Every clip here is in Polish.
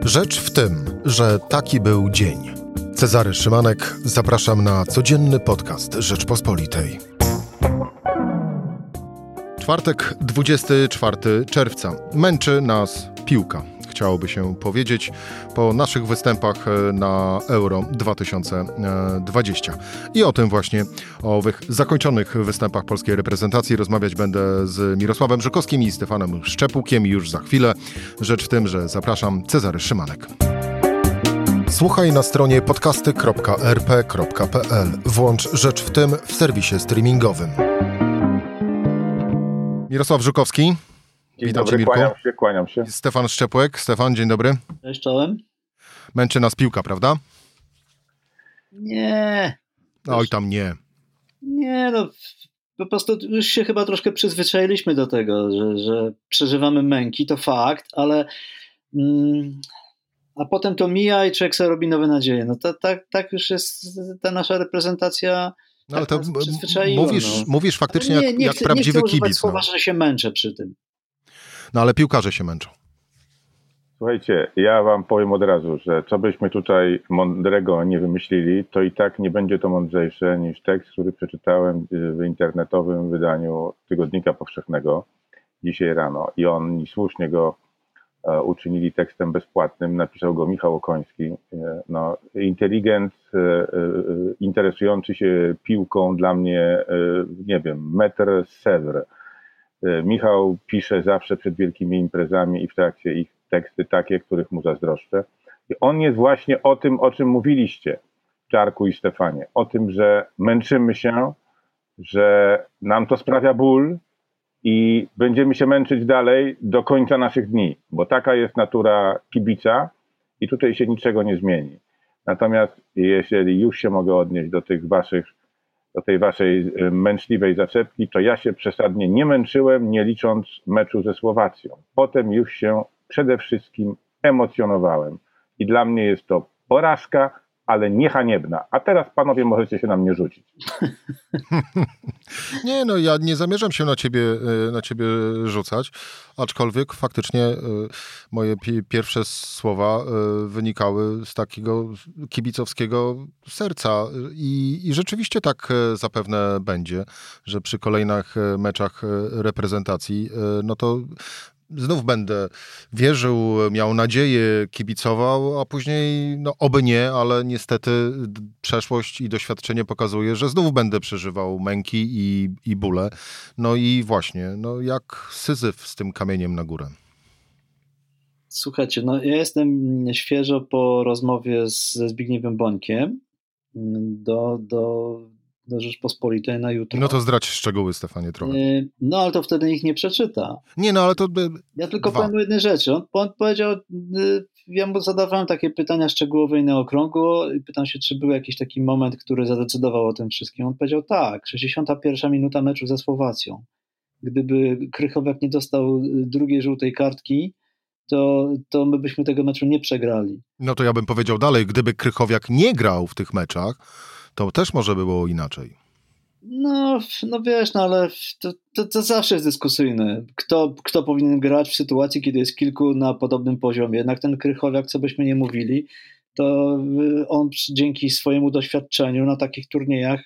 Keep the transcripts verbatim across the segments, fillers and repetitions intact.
Rzecz w tym, że taki był dzień. Cezary Szymanek, zapraszam na codzienny podcast Rzeczpospolitej. Czwartek, dwudziestego czwartego czerwca. Męczy nas piłka, chciałoby się powiedzieć, po naszych występach na Euro dwa tysiące dwudziestym. I o tym właśnie, o owych zakończonych występach polskiej reprezentacji rozmawiać będę z Mirosławem Żukowskim i Stefanem Szczepłukiem już za chwilę. Rzecz w tym, że zapraszam, Cezary Szymanek. Słuchaj na stronie podcasty kropka er pe kropka pe el. Włącz Rzecz w tym w serwisie streamingowym. Mirosław Żukowski. Dzień Witam dobry, cię, Mirku. kłaniam się, kłaniam się. Stefan Szczepłek. Stefan, dzień dobry. Cześć, czołem. Męczy nas piłka, prawda? Nie. Oj, tam nie. Nie, no po prostu już się chyba troszkę przyzwyczailiśmy do tego, że, że przeżywamy męki, to fakt, ale mm, a potem to mija i człowiek sobie robi nowe nadzieje. No to tak, tak już jest ta nasza reprezentacja. No ale tak to nas przyzwyczaiła, mówisz, no. mówisz faktycznie nie, jak, nie jak chcę, prawdziwy nie chcę kibic. słowa, No. że się męczę przy tym. no ale piłkarze się męczą. Słuchajcie, ja wam powiem od razu, że co byśmy tutaj mądrego nie wymyślili, to i tak nie będzie to mądrzejsze niż tekst, który przeczytałem w internetowym wydaniu Tygodnika Powszechnego dzisiaj rano. I oni słusznie go e, uczynili tekstem bezpłatnym. Napisał go Michał Okoński. E, no, inteligent, e, e, interesujący się piłką dla mnie, e, nie wiem, metr Sèvres. E, Michał pisze zawsze przed wielkimi imprezami i w trakcie ich teksty takie, których mu zazdroszczę. I on jest właśnie o tym, o czym mówiliście, Czarku i Stefanie. O tym, że męczymy się, że nam to sprawia ból i będziemy się męczyć dalej do końca naszych dni, bo taka jest natura kibica i tutaj się niczego nie zmieni. Natomiast jeżeli już się mogę odnieść do tych waszych, do tej waszej męczliwej zaczepki, to ja się przesadnie nie męczyłem, nie licząc meczu ze Słowacją. Potem już się przede wszystkim emocjonowałem. I dla mnie jest to porażka, ale nie haniebna. A teraz, panowie, możecie się na mnie rzucić. Nie, no ja nie zamierzam się na ciebie, na ciebie rzucać, aczkolwiek faktycznie moje pi- pierwsze słowa wynikały z takiego kibicowskiego serca i, i rzeczywiście tak zapewne będzie, że przy kolejnych meczach reprezentacji, no to znów będę wierzył, miał nadzieję, kibicował, a później, no oby nie, ale niestety przeszłość i doświadczenie pokazuje, że znów będę przeżywał męki i, i bóle. No i właśnie, no jak Syzyf z tym kamieniem na górę. Słuchajcie, no ja jestem świeżo po rozmowie z, ze Zbigniewem Bońkiem do, do, do Rzeczpospolitej na jutro. No to zdradź szczegóły, Stefanie, trochę. No ale to wtedy ich nie przeczyta. Nie, no ale to... Ja tylko dwa. powiem o jednej rzeczy. On, on powiedział, ja mu zadawałem takie pytania szczegółowe i na okrągło i pytam się, czy był jakiś taki moment, który zadecydował o tym wszystkim. On powiedział tak, sześćdziesiąta pierwsza minuta meczu ze Słowacją. Gdyby Krychowiak nie dostał drugiej żółtej kartki, to, to my byśmy tego meczu nie przegrali. No to ja bym powiedział dalej, gdyby Krychowiak nie grał w tych meczach, to też może by było inaczej. No, no wiesz, no ale to, to, to zawsze jest dyskusyjne. Kto, kto powinien grać w sytuacji, kiedy jest kilku na podobnym poziomie. Jednak ten Krychowiak, co byśmy nie mówili, to on dzięki swojemu doświadczeniu na takich turniejach,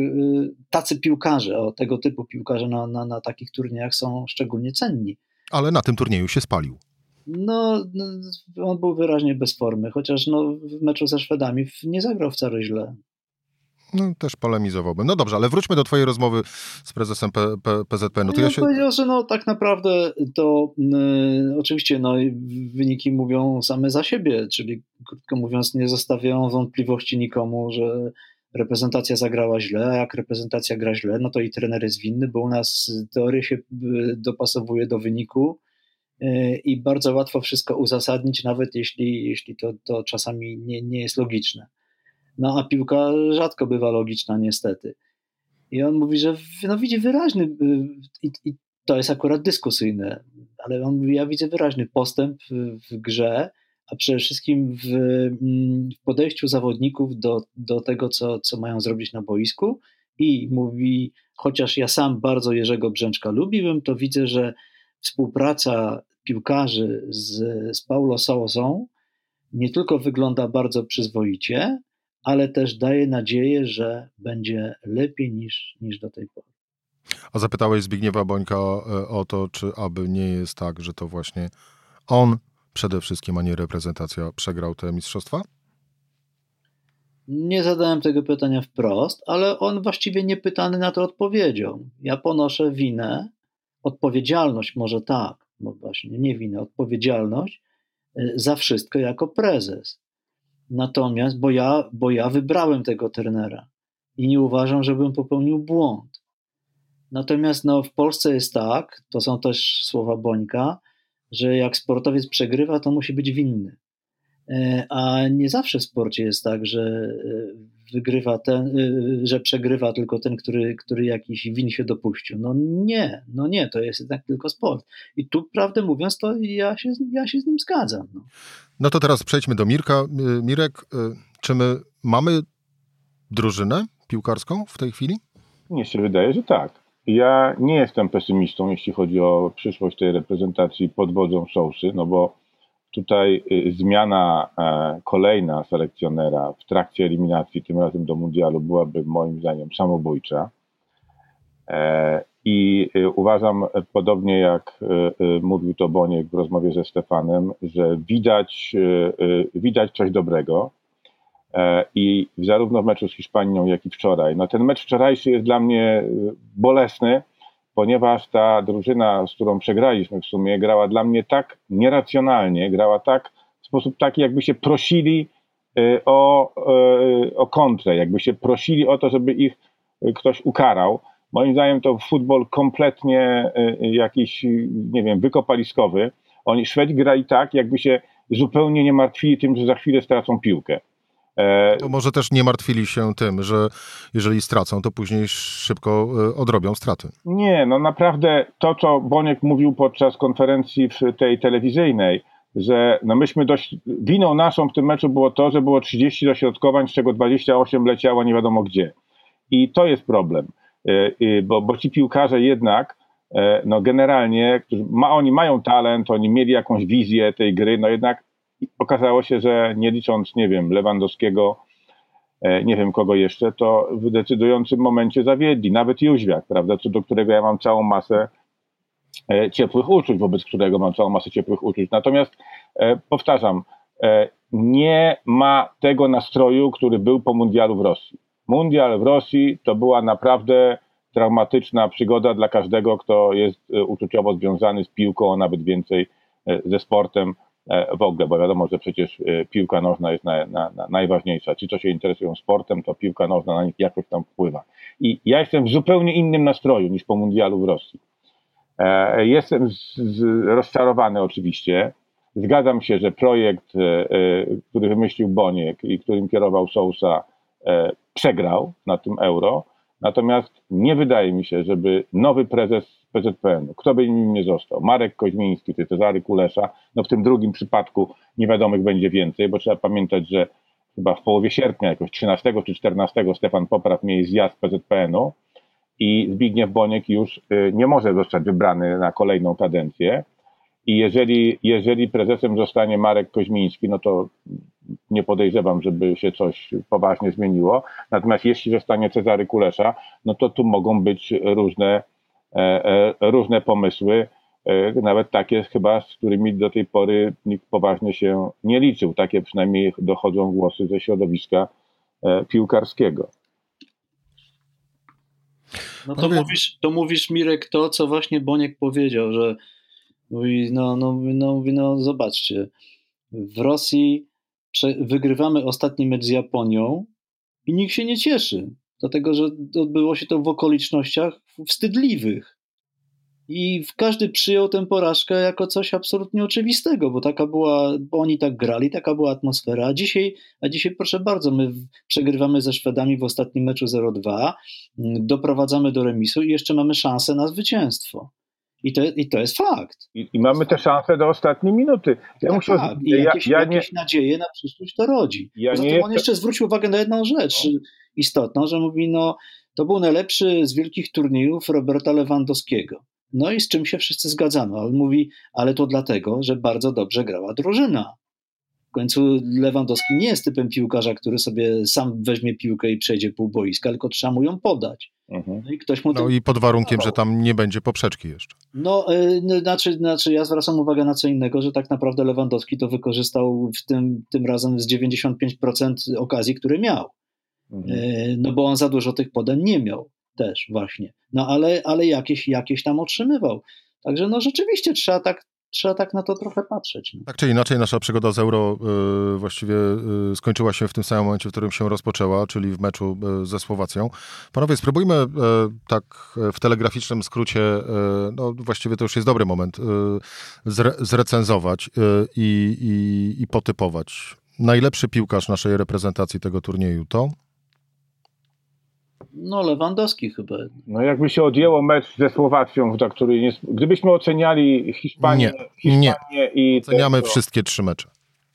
tacy piłkarze, o tego typu piłkarze na, na, na takich turniejach są szczególnie cenni. Ale na tym turnieju się spalił. No, on był wyraźnie bez formy, chociaż no, w meczu ze Szwedami nie zagrał wcale źle. No, też polemizowałbym. No dobrze, ale wróćmy do twojej rozmowy z prezesem P- P- P Z P N-u. No To ja ja się... powiedział, że no tak naprawdę to y, oczywiście no, wyniki mówią same za siebie, czyli krótko mówiąc nie zostawiają wątpliwości nikomu, że reprezentacja zagrała źle, a jak reprezentacja gra źle, no to i trener jest winny, bo u nas teoria się dopasowuje do wyniku y, i bardzo łatwo wszystko uzasadnić, nawet jeśli, jeśli to, to czasami nie, nie jest logiczne. No a piłka rzadko bywa logiczna niestety. I on mówi, że no widzi wyraźny, i, i to jest akurat dyskusyjne, ale on mówi, ja widzę wyraźny postęp w, w grze, a przede wszystkim w, w podejściu zawodników do, do tego, co, co mają zrobić na boisku. I mówi, chociaż ja sam bardzo Jerzego Brzęczka lubiłem, to widzę, że współpraca piłkarzy z, z Paulo Sousą nie tylko wygląda bardzo przyzwoicie, ale też daje nadzieję, że będzie lepiej niż, niż do tej pory. A zapytałeś Zbigniewa Bońka o to, czy aby nie jest tak, że to właśnie on przede wszystkim, a nie reprezentacja, przegrał te mistrzostwa? Nie zadałem tego pytania wprost, ale on właściwie niepytany na to odpowiedział. Ja ponoszę winę, odpowiedzialność może tak, no właśnie, nie winę, odpowiedzialność za wszystko jako prezes. Natomiast, bo ja, bo ja wybrałem tego trenera i nie uważam, żebym popełnił błąd. Natomiast no, w Polsce jest tak, to są też słowa Bońka, że jak sportowiec przegrywa, to musi być winny. A nie zawsze w sporcie jest tak, że wygrywa ten, że przegrywa tylko ten, który, który jakiś win się dopuścił. No nie, no nie, to jest jednak tylko sport. I tu, prawdę mówiąc, to ja się, ja się z nim zgadzam. No. No to teraz przejdźmy do Mirka. Mirek, czy my mamy drużynę piłkarską w tej chwili? Mnie się wydaje, że tak. Ja nie jestem pesymistą, jeśli chodzi o przyszłość tej reprezentacji pod wodzą Sousy, no bo tutaj zmiana kolejna selekcjonera w trakcie eliminacji, tym razem do mundialu, byłaby moim zdaniem samobójcza. I uważam, podobnie jak mówił to Boniek w rozmowie ze Stefanem, że widać, widać coś dobrego. I zarówno w meczu z Hiszpanią, jak i wczoraj. No ten mecz wczorajszy jest dla mnie bolesny, ponieważ ta drużyna, z którą przegraliśmy w sumie, grała dla mnie tak nieracjonalnie, grała tak w sposób taki, jakby się prosili o, o kontrę, jakby się prosili o to, żeby ich ktoś ukarał. Moim zdaniem to futbol kompletnie jakiś, nie wiem, wykopaliskowy. Oni, Szwedzi grali tak, jakby się zupełnie nie martwili tym, że za chwilę stracą piłkę. To może też nie martwili się tym, że jeżeli stracą, to później szybko odrobią straty. Nie, no naprawdę to, co Boniek mówił podczas konferencji w tej telewizyjnej, że no myśmy dość, winą naszą w tym meczu było to, że było trzydzieści dośrodkowań, z czego dwadzieścia osiem leciało nie wiadomo gdzie. I to jest problem, bo, bo ci piłkarze jednak, no generalnie, ma, oni mają talent, oni mieli jakąś wizję tej gry, no jednak okazało się, że nie licząc, nie wiem, Lewandowskiego, nie wiem kogo jeszcze, to w decydującym momencie zawiedli. Nawet Jóźwiak, prawda, co do którego ja mam całą masę ciepłych uczuć, wobec którego mam całą masę ciepłych uczuć. Natomiast powtarzam, nie ma tego nastroju, który był po mundialu w Rosji. Mundial w Rosji to była naprawdę traumatyczna przygoda dla każdego, kto jest uczuciowo związany z piłką, a nawet więcej ze sportem w ogóle, bo wiadomo, że przecież piłka nożna jest na, na, na najważniejsza. Ci, co się interesują sportem, to piłka nożna na nich jakoś tam wpływa. I ja jestem w zupełnie innym nastroju niż po mundialu w Rosji. E, jestem z, z, rozczarowany oczywiście. Zgadzam się, że projekt, e, który wymyślił Boniek i którym kierował Sousa, e, przegrał na tym Euro. Natomiast nie wydaje mi się, żeby nowy prezes P Z P N u, kto by nim nie został, Marek Koźmiński czy Cezary Kulesza, no w tym drugim przypadku niewiadomych będzie więcej, bo trzeba pamiętać, że chyba w połowie sierpnia, jakoś trzynastego czy czternastego Stefan Popraw miał zjazd P Z P N u i Zbigniew Boniek już nie może zostać wybrany na kolejną kadencję. I jeżeli, jeżeli prezesem zostanie Marek Koźmiński, no to nie podejrzewam, żeby się coś poważnie zmieniło. Natomiast jeśli zostanie Cezary Kulesza, no to tu mogą być różne, e, różne pomysły, e, nawet takie chyba, z którymi do tej pory nikt poważnie się nie liczył. Takie przynajmniej dochodzą głosy ze środowiska e, piłkarskiego. No to mówisz, to mówisz, Mirek, to, co właśnie Boniek powiedział, że mówi, no, no, no, mówi, no zobaczcie, w Rosji wygrywamy ostatni mecz z Japonią i nikt się nie cieszy, dlatego że odbyło się to w okolicznościach wstydliwych. I każdy przyjął tę porażkę jako coś absolutnie oczywistego, bo taka była, bo oni tak grali, taka była atmosfera. A dzisiaj, a dzisiaj proszę bardzo, my przegrywamy ze Szwedami w ostatnim meczu zero dwa, doprowadzamy do remisu i jeszcze mamy szansę na zwycięstwo. I to, i to jest fakt. I, i mamy te szanse do ostatniej minuty. Ja tak, muszę, tak. I jakieś, ja, ja jakieś nie, nadzieje na przyszłość to rodzi. ja Poza nie tym jestem... on jeszcze zwrócił uwagę na jedną rzecz no. istotną, że mówi, no to był najlepszy z wielkich turniejów Roberta Lewandowskiego. No i z czym się wszyscy zgadzamy. Ale mówi, ale to dlatego, że bardzo dobrze grała drużyna. W końcu Lewandowski nie jest typem piłkarza, który sobie sam weźmie piłkę i przejdzie pół boiska, tylko trzeba mu ją podać. Mhm. No i ktoś mu No i pod warunkiem, że tam nie będzie poprzeczki jeszcze. No, yy, znaczy, znaczy ja zwracam uwagę na co innego, że tak naprawdę Lewandowski to wykorzystał w tym, tym razem z dziewięćdziesiąt pięć procent okazji, które miał. Mhm. Yy, no bo on za dużo tych podań nie miał też właśnie. No ale, ale jakieś, jakieś tam otrzymywał. Także no rzeczywiście trzeba tak, trzeba tak na to trochę patrzeć. No. Tak czy inaczej nasza przygoda z Euro y, właściwie y, skończyła się w tym samym momencie, w którym się rozpoczęła, czyli w meczu y, ze Słowacją. Panowie, spróbujmy y, tak w telegraficznym skrócie, y, no właściwie to już jest dobry moment, y, zre, zrecenzować y, i, i potypować. Najlepszy piłkarz naszej reprezentacji tego turnieju to? No Lewandowski chyba. No jakby się odjęło mecz ze Słowacją, za który nie, gdybyśmy oceniali Hiszpanię, Nie, Hiszpanię nie. i... Oceniamy to, wszystkie trzy mecze.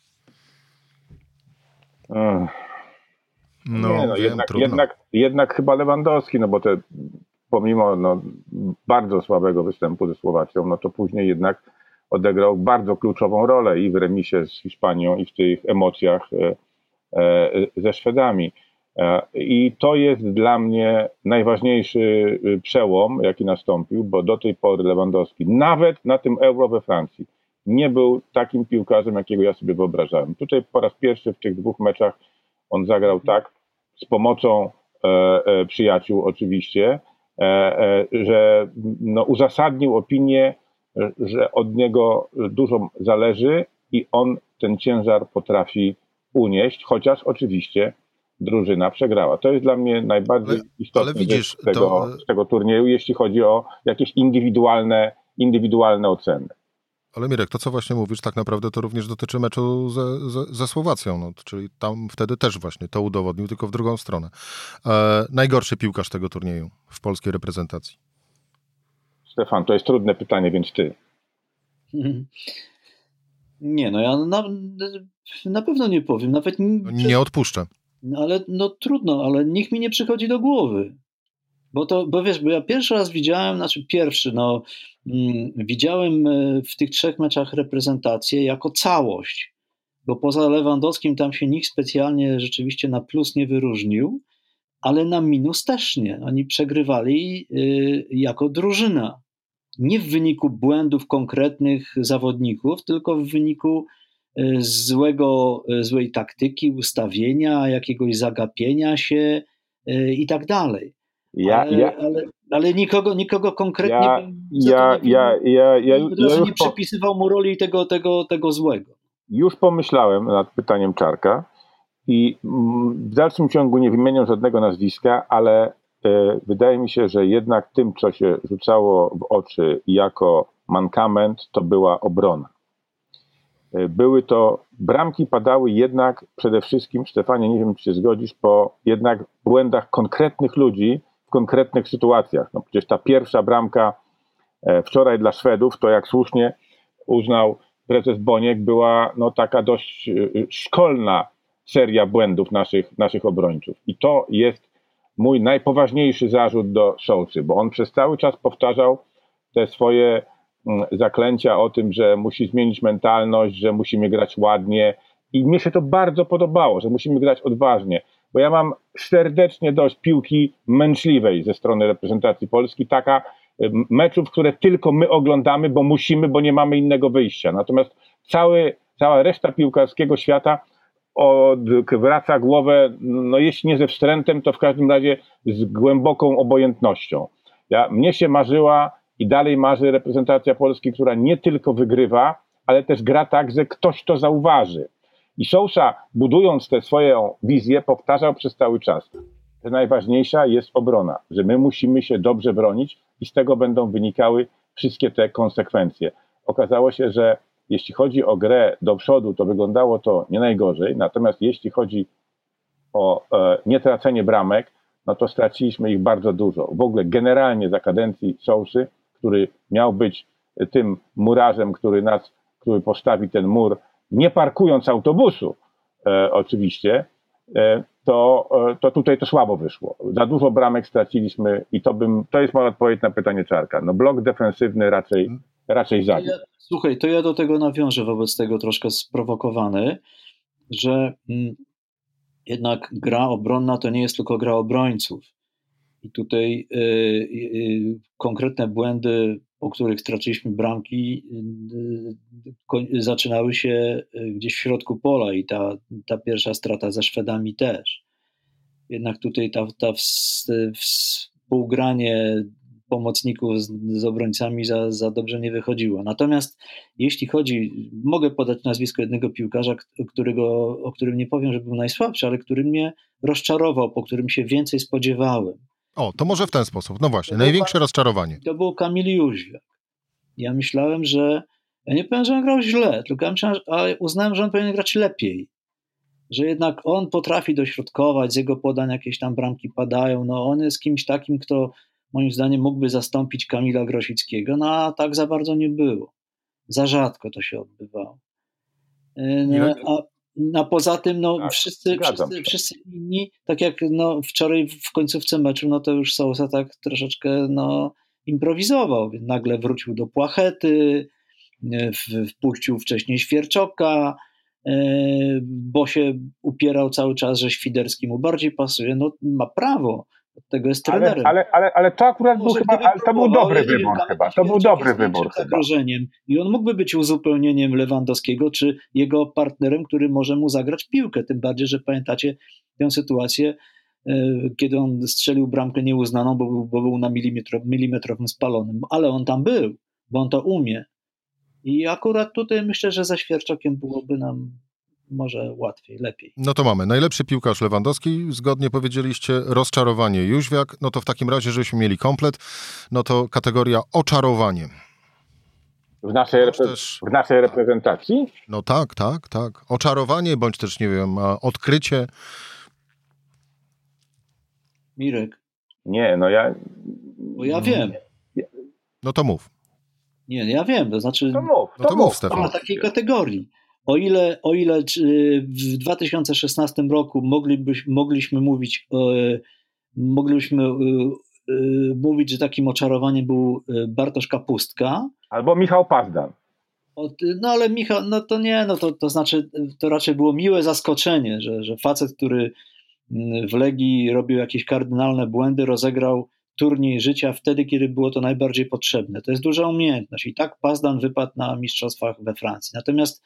Uh, No, nie, no wiem, jednak, trudno. jednak, jednak chyba Lewandowski, no bo te, pomimo no, bardzo słabego występu ze Słowacją, no to później jednak odegrał bardzo kluczową rolę i w remisie z Hiszpanią, i w tych emocjach e, e, ze Szwedami. I to jest dla mnie najważniejszy przełom, jaki nastąpił, bo do tej pory Lewandowski, nawet na tym Euro we Francji, nie był takim piłkarzem, jakiego ja sobie wyobrażałem. Tutaj po raz pierwszy w tych dwóch meczach on zagrał tak, z pomocą e, e, przyjaciół oczywiście, e, e, że no, uzasadnił opinię, że od niego dużo zależy i on ten ciężar potrafi unieść, chociaż oczywiście drużyna przegrała. To jest dla mnie najbardziej ale, istotne ale widzisz, z, tego, to... z tego turnieju, jeśli chodzi o jakieś indywidualne, indywidualne oceny. Ale Mirek, to co właśnie mówisz, tak naprawdę to również dotyczy meczu ze, ze, ze Słowacją, no, czyli tam wtedy też właśnie to udowodnił, tylko w drugą stronę. E, najgorszy piłkarz tego turnieju w polskiej reprezentacji? Stefan, to jest trudne pytanie, więc ty. Nie, no ja na, na pewno nie powiem. Nawet no, nie odpuszczę. Ale no trudno, ale nikt mi nie przychodzi do głowy. Bo to, bo wiesz, bo ja pierwszy raz widziałem, znaczy pierwszy, no mm, widziałem w tych trzech meczach reprezentację jako całość, bo poza Lewandowskim tam się nikt specjalnie rzeczywiście na plus nie wyróżnił, ale na minus też nie. Oni przegrywali y, jako drużyna. Nie w wyniku błędów konkretnych zawodników, tylko w wyniku y, złego, y, złej taktyki, ustawienia, jakiegoś zagapienia się y, i tak dalej. Ja, ale, ja, ale, ale nikogo, nikogo konkretnie ja, bym za to ja, nie, ja, ja, ja, i od ja razu już nie po, przypisywał mu roli tego, tego, tego złego. już pomyślałem nad pytaniem Czarka i mm, w dalszym ciągu nie wymieniam żadnego nazwiska, ale e, wydaje mi się, że jednak tym, co się rzucało w oczy jako mankament, to była obrona. E, były to, bramki padały jednak przede wszystkim, Stefanie, nie wiem, czy się zgodzisz, po jednak błędach konkretnych ludzi w konkretnych sytuacjach. No przecież ta pierwsza bramka e, wczoraj dla Szwedów, to jak słusznie uznał prezes Boniek, była no, taka dość e, szkolna seria błędów naszych, naszych obrońców. I to jest mój najpoważniejszy zarzut do Sousy, bo on przez cały czas powtarzał te swoje mm, zaklęcia o tym, że musi zmienić mentalność, że musimy grać ładnie. I mnie się to bardzo podobało, że musimy grać odważnie, bo ja mam serdecznie dość piłki męczliwej ze strony reprezentacji Polski, taka meczów, które tylko my oglądamy, bo musimy, bo nie mamy innego wyjścia. Natomiast cały, cała reszta piłkarskiego świata odwraca głowę, no jeśli nie ze wstrętem, to w każdym razie z głęboką obojętnością. Ja, mnie się marzyła i dalej marzy reprezentacja Polski, która nie tylko wygrywa, ale też gra tak, że ktoś to zauważy. I Sousa, budując tę swoją wizję, powtarzał przez cały czas, że najważniejsza jest obrona, że my musimy się dobrze bronić i z tego będą wynikały wszystkie te konsekwencje. Okazało się, że jeśli chodzi o grę do przodu, to wyglądało to nie najgorzej, natomiast jeśli chodzi o e, nietracenie bramek, no to straciliśmy ich bardzo dużo. W ogóle generalnie za kadencji Sousy, który miał być tym murarzem, który nas, który postawi ten mur, nie parkując autobusu e, oczywiście, e, to, e, to tutaj to słabo wyszło. Za dużo bramek straciliśmy i to bym, to jest moja odpowiedź na pytanie Czarka. No blok defensywny raczej raczej zabił. Ja, słuchaj, to ja do tego nawiążę wobec tego troszkę sprowokowany, że mm, jednak gra obronna to nie jest tylko gra obrońców. I tutaj y, y, konkretne błędy, po których straciliśmy bramki, y, y, zaczynały się gdzieś w środku pola i ta, ta pierwsza strata ze Szwedami też. Jednak tutaj ta, ta ws, współgranie pomocników z, z obrońcami za, za dobrze nie wychodziło. Natomiast jeśli chodzi, mogę podać nazwisko jednego piłkarza, którego, o którym nie powiem, że był najsłabszy, ale który mnie rozczarował, po którym się więcej spodziewałem. O, to może w ten sposób. No właśnie, największe rozczarowanie. To był Kamil Jóźwiak. Ja myślałem, że... Ja nie powiem, że on grał źle, tylko ja myślałem, ale uznałem, że on powinien grać lepiej. Że jednak on potrafi dośrodkować, z jego podań jakieś tam bramki padają. No on jest kimś takim, kto moim zdaniem mógłby zastąpić Kamila Grosickiego, no a tak za bardzo nie było. Za rzadko to się odbywało. No, a, a poza tym no, tak, wszyscy, wszyscy, wszyscy inni, tak jak no, wczoraj w końcówce meczu, no to już Sousa tak troszeczkę no, improwizował. Nagle wrócił do Płachety, wpuścił wcześniej Świerczoka, bo się upierał cały czas, że Świderski mu bardziej pasuje. No ma prawo. Od tego jest trenerem. Ale, ale, ale, ale to akurat był chyba, ale to był dobry ja wybór wiem, chyba. To był dobry wybór chyba. I on mógłby być uzupełnieniem Lewandowskiego, czy jego partnerem, który może mu zagrać piłkę. Tym bardziej, że pamiętacie tę sytuację, kiedy on strzelił bramkę nieuznaną, bo był, bo był na milimetro, milimetrowym spalonym. Ale on tam był, bo on to umie. I akurat tutaj myślę, że ze Świerczokiem byłoby nam może łatwiej, lepiej. No to mamy. Najlepszy piłkarz Lewandowski, zgodnie powiedzieliście, rozczarowanie Jóźwiak, no to w takim razie, żebyśmy mieli komplet, no to kategoria oczarowanie. W naszej, repre- też... w naszej reprezentacji? No tak, tak, tak. Oczarowanie, bądź też, nie wiem, odkrycie. Mirek. Nie, no ja... Bo ja wiem. No to mów. Nie, ja wiem, to znaczy... To mów, to no to mów, mów, Stefan. Na takiej kategorii. O ile, o ile w dwa tysiące szesnastym roku moglibyś, mogliśmy mówić, mogliśmy mówić, że takim oczarowaniem był Bartosz Kapustka. Albo Michał Pazdan. No ale Michał, no to nie, no to, to znaczy to raczej było miłe zaskoczenie, że, że facet, który w Legii robił jakieś kardynalne błędy, rozegrał turniej życia wtedy, kiedy było to najbardziej potrzebne. To jest duża umiejętność i tak Pazdan wypadł na mistrzostwach we Francji. Natomiast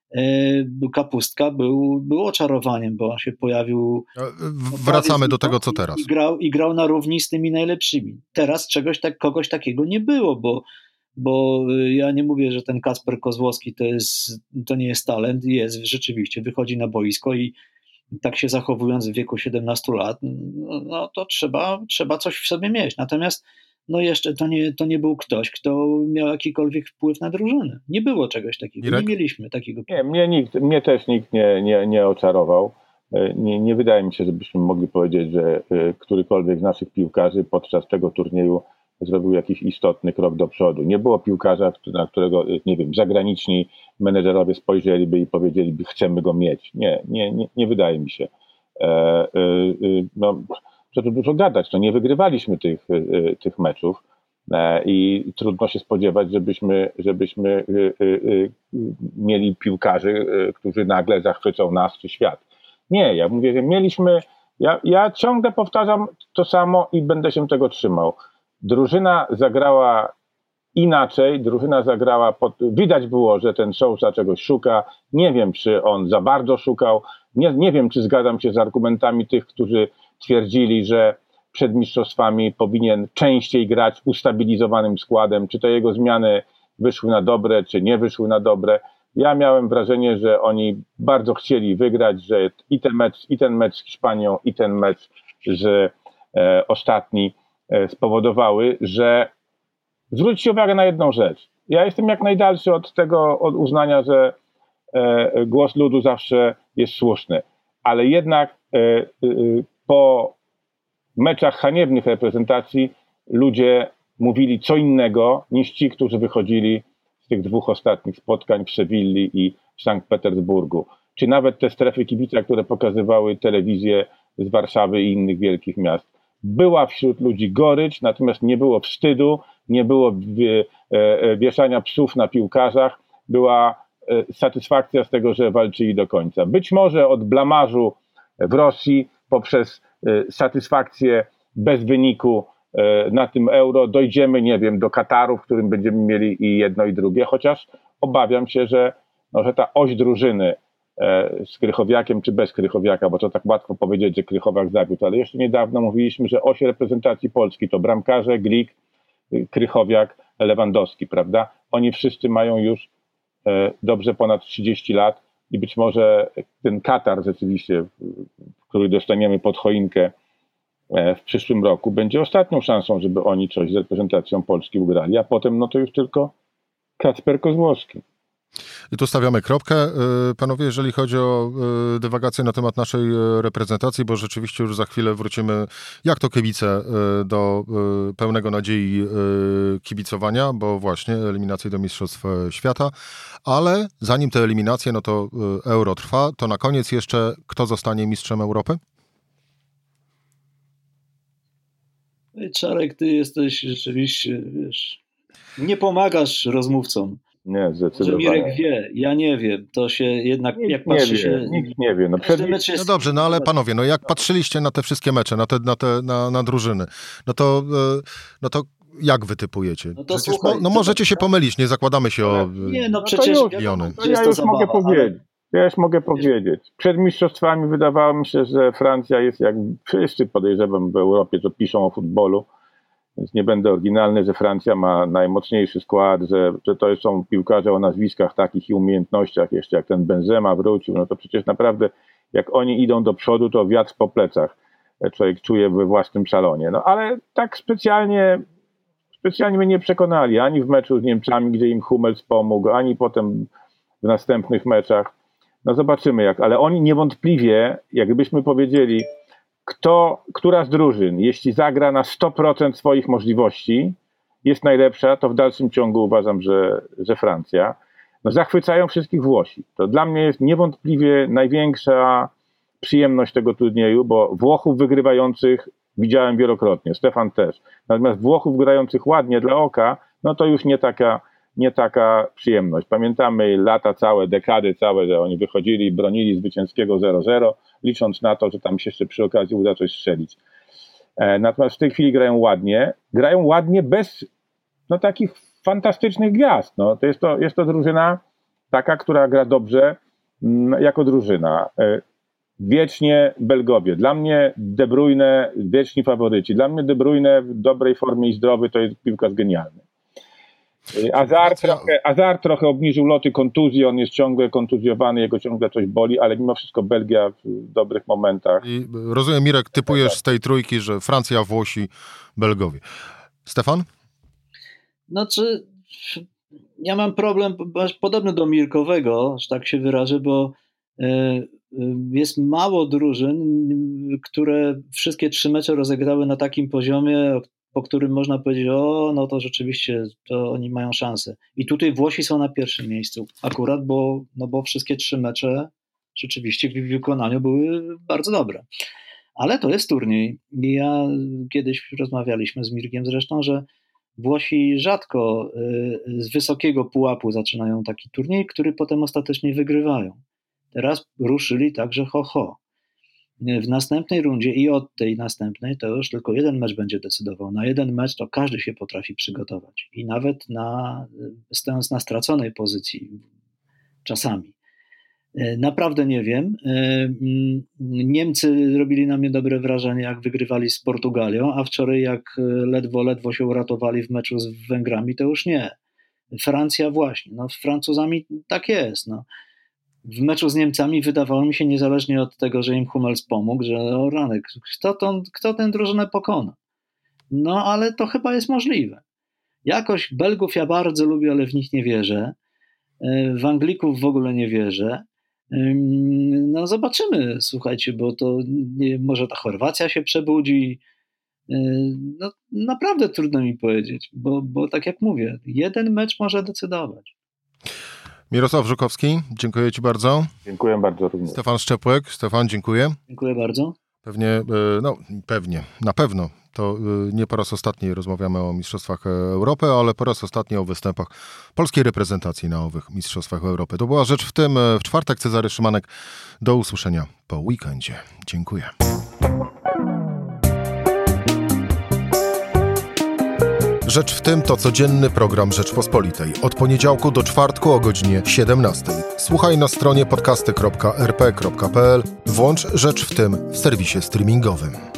Kapustka był, był oczarowaniem, bo on się pojawił... Wracamy do tego, co teraz. I grał, i grał na równi z tymi najlepszymi. Teraz czegoś tak, kogoś takiego nie było, bo, bo ja nie mówię, że ten Kacper Kozłowski to, jest, to nie jest talent. Jest, rzeczywiście, wychodzi na boisko i tak się zachowując w wieku siedemnastu lat, no, no to trzeba, trzeba coś w sobie mieć. Natomiast no jeszcze to nie, to nie był ktoś, kto miał jakikolwiek wpływ na drużynę. Nie było czegoś takiego. Irek? Nie mieliśmy takiego. Nie, mnie, nikt, mnie też nikt nie, nie, nie oczarował. Nie, nie wydaje mi się, żebyśmy mogli powiedzieć, że którykolwiek z naszych piłkarzy podczas tego turnieju zrobił jakiś istotny krok do przodu. Nie było piłkarza, na którego, nie wiem, zagraniczni menedżerowie spojrzeliby i powiedzieliby, chcemy go mieć. Nie, nie, nie, nie wydaje mi się. E, e, no, co tu dużo gadać, to nie wygrywaliśmy tych, tych meczów i trudno się spodziewać, żebyśmy, żebyśmy mieli piłkarzy, którzy nagle zachwycą nas czy świat. Nie, ja mówię, że mieliśmy, ja, ja ciągle powtarzam to samo i będę się tego trzymał. Drużyna zagrała inaczej, drużyna zagrała, pod, widać było, że ten Sousa czegoś szuka, nie wiem, czy on za bardzo szukał, nie, nie wiem, czy zgadzam się z argumentami tych, którzy twierdzili, że przed mistrzostwami powinien częściej grać ustabilizowanym składem, czy te jego zmiany wyszły na dobre, czy nie wyszły na dobre. Ja miałem wrażenie, że oni bardzo chcieli wygrać, że i ten mecz, i ten mecz z Hiszpanią, i ten mecz z e, ostatni e, spowodowały, że zwróćcie uwagę na jedną rzecz. Ja jestem jak najdalszy od tego, od uznania, że e, głos ludu zawsze jest słuszny, ale jednak e, e, po meczach haniebnych reprezentacji ludzie mówili co innego niż ci, którzy wychodzili z tych dwóch ostatnich spotkań w Sewilli i w Sankt Petersburgu. Czy nawet te strefy kibica, które pokazywały telewizję z Warszawy i innych wielkich miast. była wśród ludzi gorycz, natomiast nie było wstydu, nie było wieszania psów na piłkarzach, była satysfakcja z tego, że walczyli do końca. Być może od blamażu w Rosji poprzez satysfakcję bez wyniku na tym euro dojdziemy, nie wiem, do Kataru, w którym będziemy mieli i jedno i drugie, chociaż obawiam się, że, no, że ta oś drużyny z Krychowiakiem czy bez Krychowiaka, bo to tak łatwo powiedzieć, że Krychowiak zawiódł, ale jeszcze niedawno mówiliśmy, że oś reprezentacji Polski to bramkarze, Glik, Krychowiak, Lewandowski, prawda? Oni wszyscy mają już dobrze ponad trzydzieści lat i być może ten Katar rzeczywiście, który dostaniemy pod choinkę w przyszłym roku, będzie ostatnią szansą, żeby oni coś z reprezentacją Polski ugrali, a potem no to już tylko Kacper Kozłowski. I tu stawiamy kropkę. Panowie, jeżeli chodzi o dywagację na temat naszej reprezentacji, bo rzeczywiście już za chwilę wrócimy, jak to kibice, do pełnego nadziei kibicowania, bo właśnie eliminacje do Mistrzostw Świata, ale zanim te eliminacje, no to Euro trwa, to na koniec jeszcze kto zostanie mistrzem Europy? Czarek, ty jesteś rzeczywiście, wiesz, nie pomagasz rozmówcom. Nie, zdecydowanie. Że Mirek wie, ja nie wiem, to się jednak, nikt jak patrzy nie wie, się... Nikt nie wie. No, przed... jest... no dobrze, no ale panowie, no jak patrzyliście na te wszystkie mecze, na te, na te na, na drużyny, no to, no to jak wy typujecie? No, to przecież, słuchaj, no, no możecie się pomylić, nie zakładamy się o... Nie, no no przecież... już, wiadomo, to ja już zabawa, mogę powiedzieć. Ja już mogę powiedzieć. Przed mistrzostwami wydawało mi się, że Francja jest, jak wszyscy podejrzewam w Europie, co piszą o futbolu, więc nie będę oryginalny, że Francja ma najmocniejszy skład, że, że to są piłkarze o nazwiskach takich i umiejętnościach, jeszcze jak ten Benzema wrócił, no to przecież naprawdę jak oni idą do przodu, to wiatr po plecach człowiek czuje we własnym salonie. No ale tak specjalnie, specjalnie mnie nie przekonali, ani w meczu z Niemcami, gdzie im Hummels pomógł, ani potem w następnych meczach. No zobaczymy jak, ale oni niewątpliwie, jakbyśmy powiedzieli, Kto, która z drużyn, jeśli zagra na sto procent swoich możliwości, jest najlepsza, to w dalszym ciągu uważam, że, że Francja. No, zachwycają wszystkich Włosi. To dla mnie jest niewątpliwie największa przyjemność tego turnieju, bo Włochów wygrywających widziałem wielokrotnie, Stefan też. Natomiast Włochów grających ładnie dla oka, no to już nie taka, nie taka przyjemność. Pamiętamy lata całe, dekady całe, że oni wychodzili i bronili zwycięskiego zero zero, licząc na to, że tam się jeszcze przy okazji uda coś strzelić. E, natomiast w tej chwili grają ładnie. Grają ładnie bez no, takich fantastycznych gwiazd. No. To jest, to, jest to drużyna taka, która gra dobrze m, jako drużyna. E, wiecznie Belgowie. Dla mnie De Bruyne, wieczni faworyci. Dla mnie De Bruyne w dobrej formie i zdrowy to jest piłkarz genialny. Azar trochę, Azar trochę obniżył loty kontuzji, on jest ciągle kontuzjowany, jego ciągle coś boli, ale mimo wszystko Belgia w dobrych momentach. I rozumiem, Mirek, typujesz z tej trójki, że Francja, Włosi, Belgowie. Stefan? Znaczy, ja mam problem podobny do Mirkowego, że tak się wyrażę, bo jest mało drużyn, które wszystkie trzy mecze rozegrały na takim poziomie, po którym można powiedzieć, o, no to rzeczywiście to oni mają szansę. I tutaj Włosi są na pierwszym miejscu akurat, bo, no bo wszystkie trzy mecze rzeczywiście w wykonaniu były bardzo dobre. Ale to jest turniej. I ja kiedyś rozmawialiśmy z Mirkiem zresztą, że Włosi rzadko z wysokiego pułapu zaczynają taki turniej, który potem ostatecznie wygrywają. Teraz ruszyli także ho-ho. W następnej rundzie i od tej następnej to już tylko jeden mecz będzie decydował. Na jeden mecz to każdy się potrafi przygotować. I nawet na, stojąc na straconej pozycji czasami. Naprawdę nie wiem. Niemcy robili na mnie dobre wrażenie, jak wygrywali z Portugalią, a wczoraj jak ledwo, ledwo się uratowali w meczu z Węgrami, to już nie. Francja właśnie. No, z Francuzami tak jest. No. W meczu z Niemcami wydawało mi się, niezależnie od tego, że im Hummels pomógł, że o ranek, kto, to, kto tę drużynę pokona? No ale to chyba jest możliwe. Jakoś Belgów ja bardzo lubię, ale w nich nie wierzę. W Anglików w ogóle nie wierzę. No zobaczymy, słuchajcie, bo to nie, może ta Chorwacja się przebudzi. No naprawdę trudno mi powiedzieć, bo, bo tak jak mówię, jeden mecz może decydować. Mirosław Żukowski, dziękuję Ci bardzo. Dziękuję bardzo również. Stefan Szczepłek. Stefan, dziękuję. Dziękuję bardzo. Pewnie, no pewnie, na pewno. To nie po raz ostatni rozmawiamy o Mistrzostwach Europy, ale po raz ostatni o występach polskiej reprezentacji na owych Mistrzostwach Europy. To była Rzecz w tym. W czwartek Cezary Szymanek. Do usłyszenia po weekendzie. Dziękuję. Rzecz w tym to codzienny program Rzeczpospolitej. Od poniedziałku do czwartku o godzinie siedemnastej. Słuchaj na stronie podcasty kropka er pe kropka pe el. Włącz Rzecz w tym w serwisie streamingowym.